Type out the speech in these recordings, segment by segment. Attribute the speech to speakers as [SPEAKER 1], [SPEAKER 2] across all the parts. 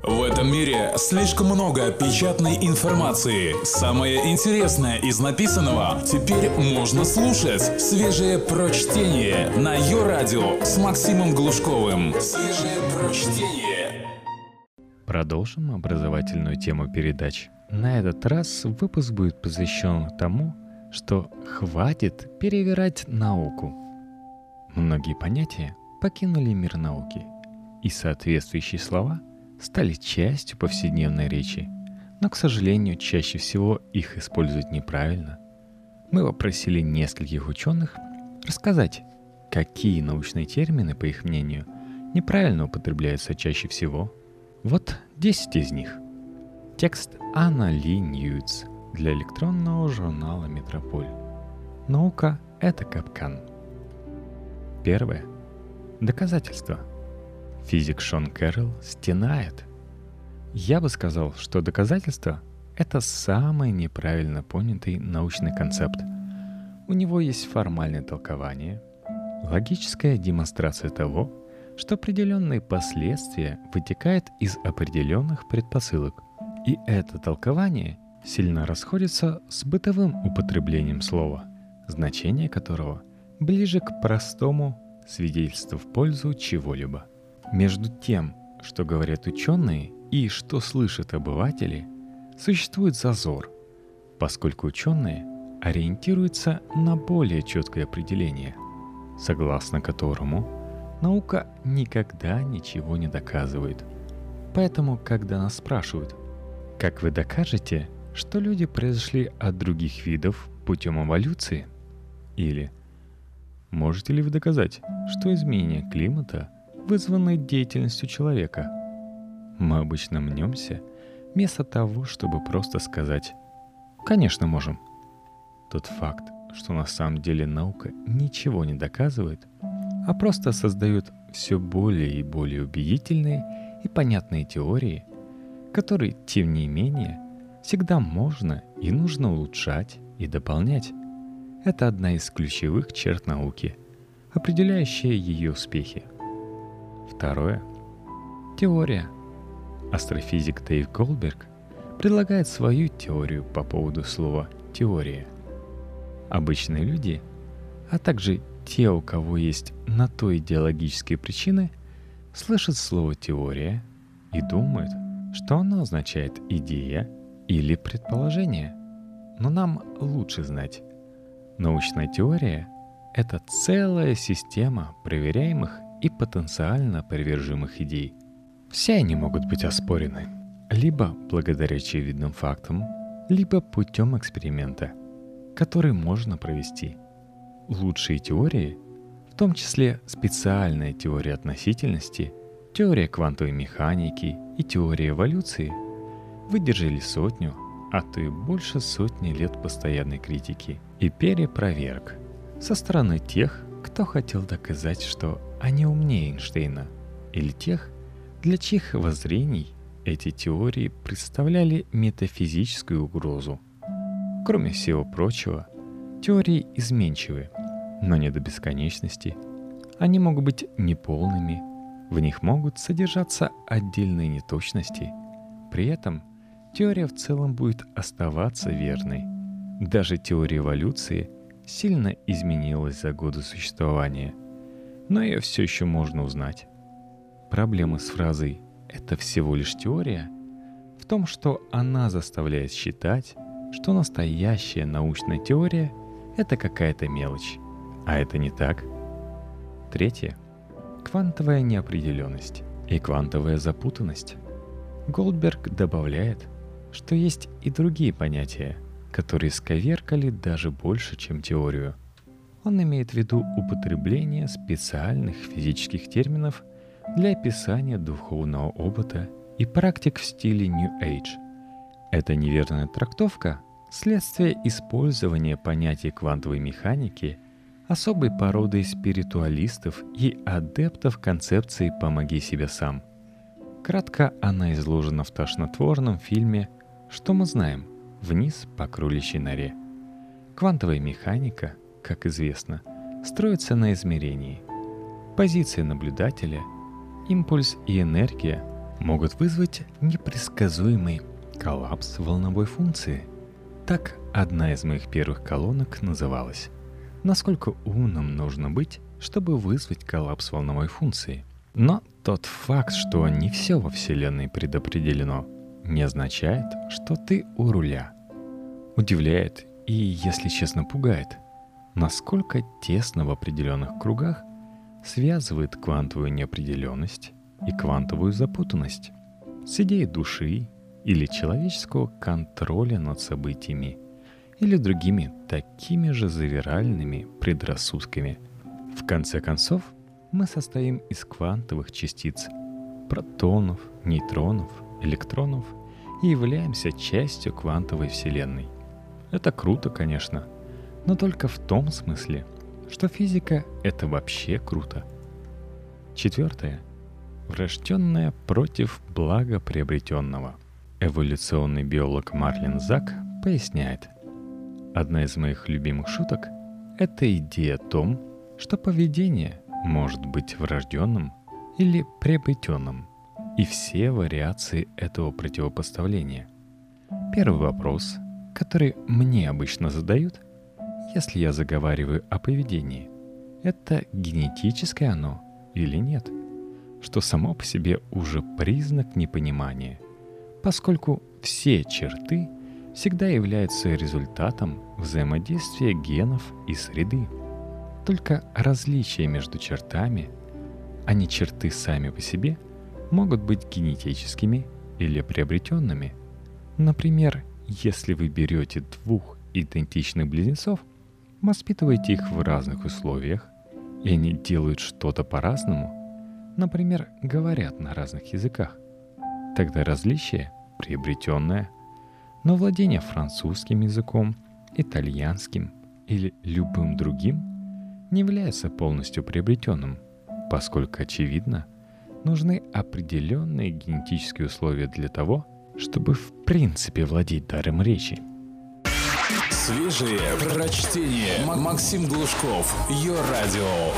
[SPEAKER 1] В этом мире слишком много печатной информации. Самое интересное из написанного теперь можно слушать. Свежее прочтение на Йо-Радио с Максимом Глушковым. Свежее прочтение.
[SPEAKER 2] Продолжим образовательную тему передач. На этот раз выпуск будет посвящен тому, что хватит перевирать науку. Многие понятия покинули мир науки, и соответствующие слова стали частью повседневной речи, но, к сожалению, чаще всего их используют неправильно. Мы попросили нескольких ученых рассказать, какие научные термины, по их мнению, неправильно употребляются чаще всего. Вот 10 из них. Текст Анна Ли Ньюитс для электронного журнала «Метрополь». Наука — это капкан. Первое. Доказательства. Физик Шон Кэрролл стенает. Я бы сказал, что доказательство — это самый неправильно понятый научный концепт. У него есть формальное толкование, логическая демонстрация того, что определенные последствия вытекают из определенных предпосылок. И это толкование сильно расходится с бытовым употреблением слова, значение которого ближе к простому свидетельству в пользу чего-либо. Между тем, что говорят ученые и что слышат обыватели, существует зазор, поскольку ученые ориентируются на более четкое определение, согласно которому наука никогда ничего не доказывает. Поэтому, когда нас спрашивают, как вы докажете, что люди произошли от других видов путем эволюции? Или можете ли вы доказать, что изменение климата вызваны деятельностью человека? Мы обычно мнемся, вместо того, чтобы просто сказать «конечно можем». Тот факт, что на самом деле наука ничего не доказывает, а просто создает все более и более убедительные и понятные теории, которые, тем не менее, всегда можно и нужно улучшать и дополнять. Это одна из ключевых черт науки, определяющая ее успехи. Второе. Теория. Астрофизик Дэйв Голдберг предлагает свою теорию по поводу слова «теория». Обычные люди, а также те, у кого есть на то идеологические причины, слышат слово «теория» и думают, что оно означает «идея» или «предположение». Но нам лучше знать. Научная теория — это целая система проверяемых и потенциально опровержимых идей. Все они могут быть оспорены либо благодаря очевидным фактам, либо путем эксперимента, который можно провести. Лучшие теории, в том числе специальная теория относительности, теория квантовой механики и теория эволюции, выдержали сотню, а то и больше сотни лет постоянной критики и перепроверок со стороны тех, кто хотел доказать, что они умнее Эйнштейна, или тех, для чьих воззрений эти теории представляли метафизическую угрозу. Кроме всего прочего, теории изменчивы, но не до бесконечности. Они могут быть неполными, в них могут содержаться отдельные неточности. При этом теория в целом будет оставаться верной. Даже теория эволюции сильно изменилась за годы существования, но ее все еще можно узнать. Проблема с фразой «это всего лишь теория» в том, что она заставляет считать, что настоящая научная теория — это какая-то мелочь, а это не так. Третье. Квантовая неопределенность и квантовая запутанность. Голдберг добавляет, что есть и другие понятия, которые сковеркали даже больше, чем теорию. Он имеет в виду употребление специальных физических терминов для описания духовного опыта и практик в стиле New Age. Эта неверная трактовка – следствие использования понятий квантовой механики особой породой спиритуалистов и адептов концепции «помоги себе сам». Кратко она изложена в тошнотворном фильме «Что мы знаем? Вниз по кроличьей норе». Квантовая механика, как известно, строится на измерении. Позиция наблюдателя, импульс и энергия могут вызвать непредсказуемый коллапс волновой функции. Так одна из моих первых колонок называлась «Насколько умным нужно быть, чтобы вызвать коллапс волновой функции?». Но тот факт, что не все во Вселенной предопределено, не означает, что ты у руля. Удивляет и, если честно, пугает, насколько тесно в определенных кругах связывает квантовую неопределенность и квантовую запутанность с идеей души или человеческого контроля над событиями или другими такими же завиральными предрассудками. В конце концов, мы состоим из квантовых частиц, протонов, нейтронов, электронов и являемся частью квантовой вселенной. Это круто, конечно, но только в том смысле, что физика — это вообще круто. Четвертое. Врожденное против благоприобретенного. Эволюционный биолог Марлен Зак поясняет: одна из моих любимых шуток — это идея о том, что поведение может быть врожденным или приобретенным, и все вариации этого противопоставления. Первый вопрос, который мне обычно задают, если я заговариваю о поведении, это генетическое оно или нет, что само по себе уже признак непонимания, поскольку все черты всегда являются результатом взаимодействия генов и среды. Только различия между чертами, а не черты сами по себе, могут быть генетическими или приобретенными. Например, если вы берете двух идентичных близнецов, воспитываете их в разных условиях, и они делают что-то по-разному, например, говорят на разных языках, тогда различие приобретенное, но владение французским языком, итальянским или любым другим не является полностью приобретенным, поскольку, очевидно, нужны определенные генетические условия для того, чтобы в принципе владеть даром речи.
[SPEAKER 1] Свежие прочтение. Максим Глушков. Йо-радио.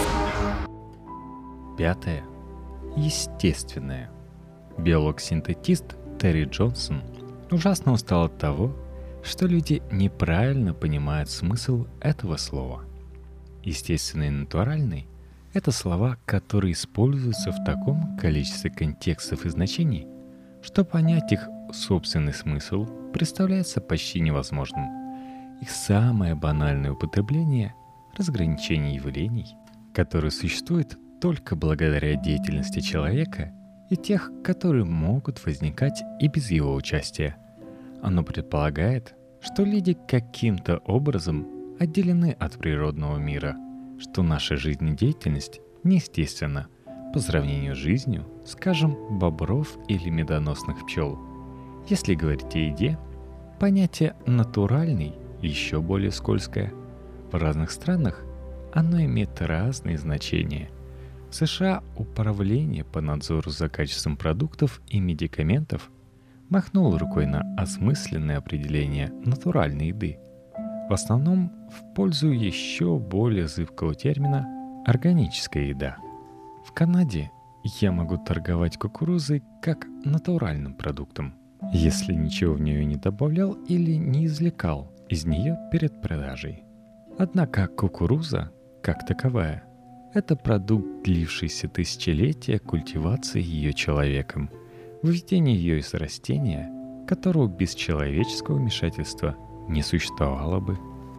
[SPEAKER 2] Пятое. Естественное. Биолог-синтетист Терри Джонсон ужасно устал от того, что люди неправильно понимают смысл этого слова. Естественный и натуральный — это слова, которые используются в таком количестве контекстов и значений, что понять их собственный смысл представляется почти невозможным. Их самое банальное употребление — разграничение явлений, которые существуют только благодаря деятельности человека и тех, которые могут возникать и без его участия. Оно предполагает, что люди каким-то образом отделены от природного мира, что наша жизнедеятельность неестественна по сравнению с жизнью, скажем, бобров или медоносных пчел. Если говорить о еде, понятие «натуральный» еще более скользкое. В разных странах оно имеет разные значения. В США Управление по надзору за качеством продуктов и медикаментов махнуло рукой на осмысленное определение натуральной еды, в основном в пользу еще более зыбкого термина «органическая еда». В Канаде я могу торговать кукурузой как натуральным продуктом, если ничего в нее не добавлял или не извлекал из нее перед продажей. Однако кукуруза, как таковая, это продукт, длившийся тысячелетия культивации ее человеком, выведение ее из растения, которого без человеческого вмешательства не существовало бы.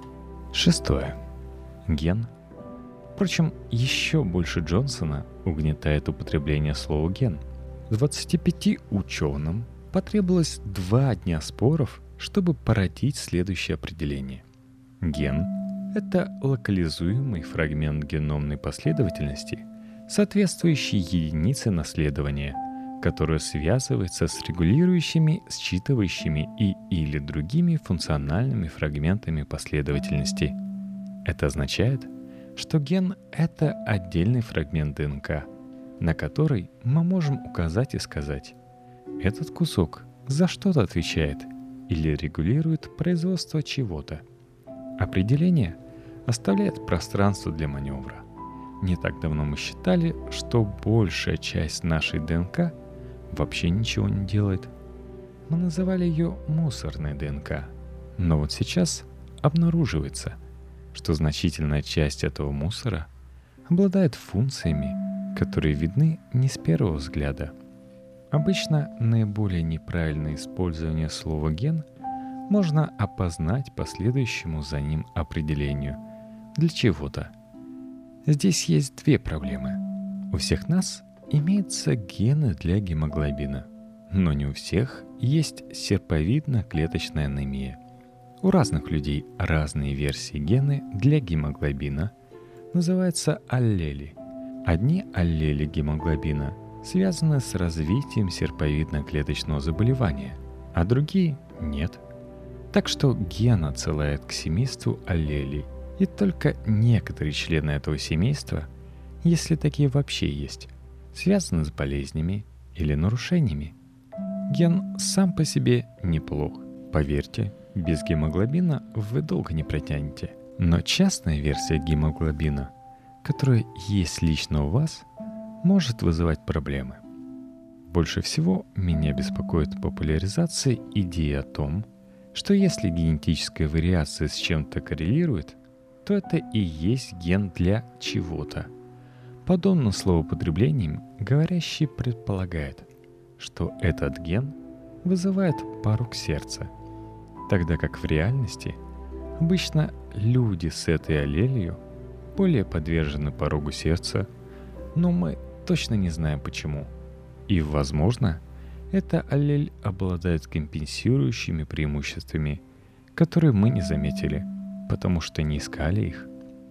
[SPEAKER 2] Шестое. Ген. Впрочем, еще больше Джонсона угнетает употребление слова «ген». 25 ученым потребовалось 2 дня споров, чтобы породить следующее определение. Ген — это локализуемый фрагмент геномной последовательности, соответствующий единице наследования, которая связывается с регулирующими, считывающими и или другими функциональными фрагментами последовательности. Это означает, что ген — это отдельный фрагмент ДНК, на который мы можем указать и сказать: этот кусок за что-то отвечает или регулирует производство чего-то. Определение оставляет пространство для маневра. Не так давно мы считали, что большая часть нашей ДНК вообще ничего не делает. Мы называли ее мусорной ДНК. Но вот сейчас обнаруживается, что значительная часть этого мусора обладает функциями, которые видны не с первого взгляда. Обычно наиболее неправильное использование слова «ген» можно опознать по следующему за ним определению для чего-то. Здесь есть две проблемы. У всех нас имеются гены для гемоглобина, но не у всех есть серповидно-клеточная анемия. У разных людей разные версии гена для гемоглобина называются аллели. Одни аллели гемоглобина связаны с развитием серповидно-клеточного заболевания, а другие – нет. Так что ген отсылает к семейству аллелей, и только некоторые члены этого семейства, если такие вообще есть, связаны с болезнями или нарушениями. Ген сам по себе неплох. Поверьте, без гемоглобина вы долго не протянете. Но частная версия гемоглобина, которая есть лично у вас, может вызывать проблемы. Больше всего меня беспокоит популяризация идеи о том, что если генетическая вариация с чем-то коррелирует, то это и есть ген для чего-то. Подобным словоупотреблением говорящий предполагает, что этот ген вызывает порок сердца, тогда как в реальности обычно люди с этой аллелью более подвержены порогу сердца, но мы точно не знаем почему. И, возможно, эта аллель обладает компенсирующими преимуществами, которые мы не заметили, потому что не искали их.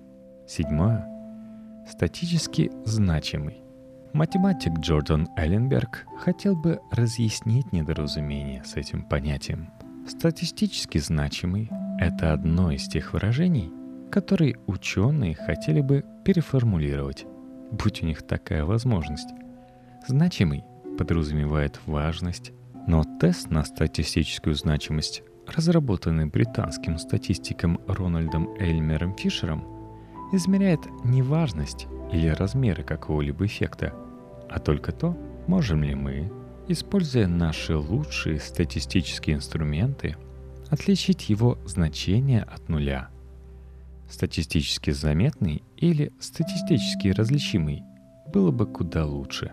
[SPEAKER 2] 7. Статистически значимый. Математик Джордан Элленберг хотел бы разъяснить недоразумение с этим понятием. Статистически значимый – это одно из тех выражений, которые ученые хотели бы переформулировать, будь у них такая возможность. Значимый подразумевает важность, но тест на статистическую значимость, разработанный британским статистиком Рональдом Эльмером Фишером, измеряет не важность или размеры какого-либо эффекта, а только то, можем ли мы, используя наши лучшие статистические инструменты, отличить его значение от нуля. Статистически заметный или статистически различимый было бы куда лучше.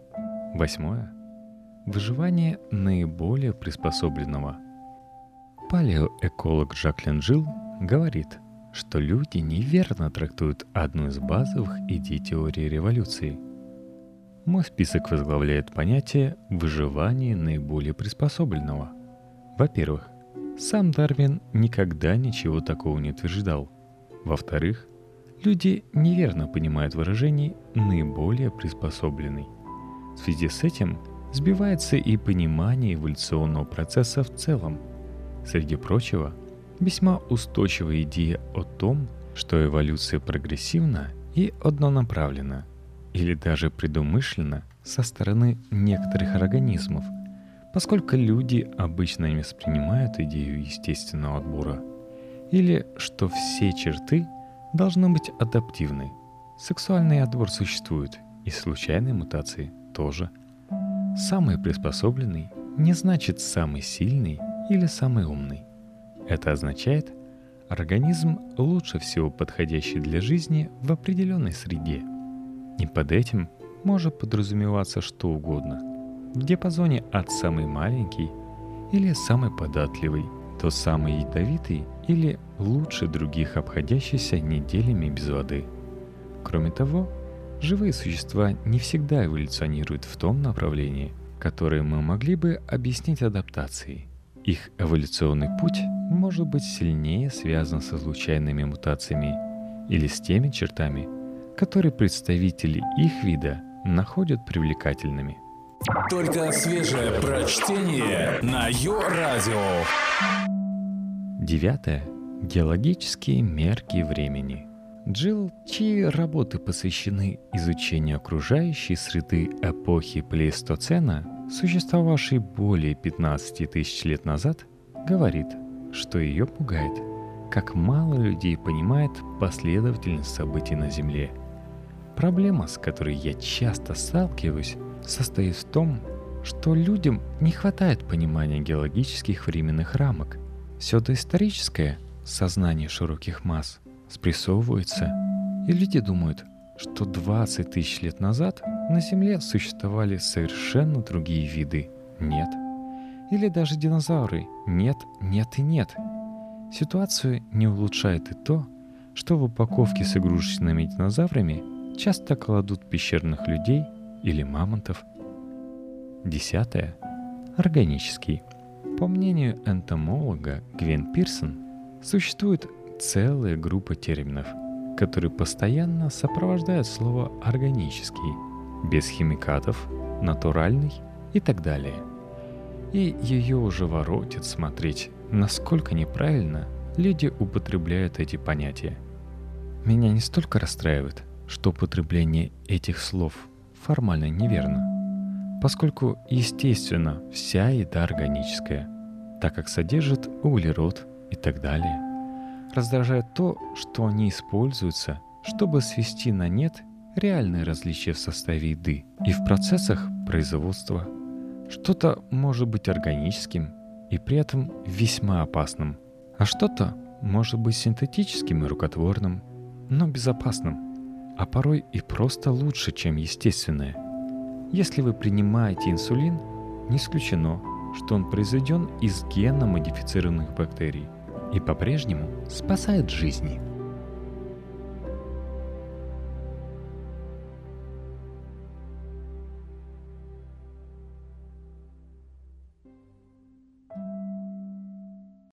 [SPEAKER 2] 8. Выживание наиболее приспособленного. Палеоэколог Жаклин Жил говорит, что люди неверно трактуют одну из базовых идей теории эволюции. Мой список возглавляет понятие выживания наиболее приспособленного. Во-первых, сам Дарвин никогда ничего такого не утверждал. Во-вторых, люди неверно понимают выражение «наиболее приспособленный». В связи с этим сбивается и понимание эволюционного процесса в целом. Среди прочего, весьма устойчивая идея о том, что эволюция прогрессивна и однонаправленна, или даже предумышленно со стороны некоторых организмов, поскольку люди обычно не воспринимают идею естественного отбора, или что все черты должны быть адаптивны. Сексуальный отбор существует, и случайные мутации тоже. Самый приспособленный не значит самый сильный или самый умный. Это означает организм, лучше всего подходящий для жизни в определенной среде. И под этим может подразумеваться что угодно. В диапазоне от самый маленький или самый податливый до самый ядовитый или лучше других обходящийся неделями без воды. Кроме того, живые существа не всегда эволюционируют в том направлении, которое мы могли бы объяснить адаптацией. Их эволюционный путь может быть сильнее связан со случайными мутациями или с теми чертами, которые представители их вида находят привлекательными.
[SPEAKER 1] Только свежее прочтение на Йо-Радио.
[SPEAKER 2] 9. Геологические мерки времени. Джилл, чьи работы посвящены изучению окружающей среды эпохи Плейстоцена, существовавшей более 15 тысяч лет назад, говорит, что ее пугает, как мало людей понимает последовательность событий на Земле. Проблема, с которой я часто сталкиваюсь, состоит в том, что людям не хватает понимания геологических временных рамок. Все доисторическое, сознание широких масс, спрессовывается, и люди думают, что 20 тысяч лет назад на Земле существовали совершенно другие виды. Нет. Или даже динозавры. Нет, нет и нет. Ситуацию не улучшает и то, что в упаковке с игрушечными динозаврами часто кладут пещерных людей или мамонтов. 10. Органический. По мнению энтомолога Гвен Пирсон, существует целая группа терминов, которые постоянно сопровождают слово «органический», без химикатов, «натуральный» и так далее. И ее уже воротит смотреть, насколько неправильно люди употребляют эти понятия. Меня не столько расстраивает, что употребление этих слов формально неверно, поскольку, естественно, вся еда органическая, так как содержит углерод и так далее. Раздражает то, что они используются, чтобы свести на нет реальные различия в составе еды и в процессах производства. Что-то может быть органическим и при этом весьма опасным, а что-то может быть синтетическим и рукотворным, но безопасным, а порой и просто лучше, чем естественное. Если вы принимаете инсулин, не исключено, что он произведен из генно-модифицированных бактерий и по-прежнему спасает жизни.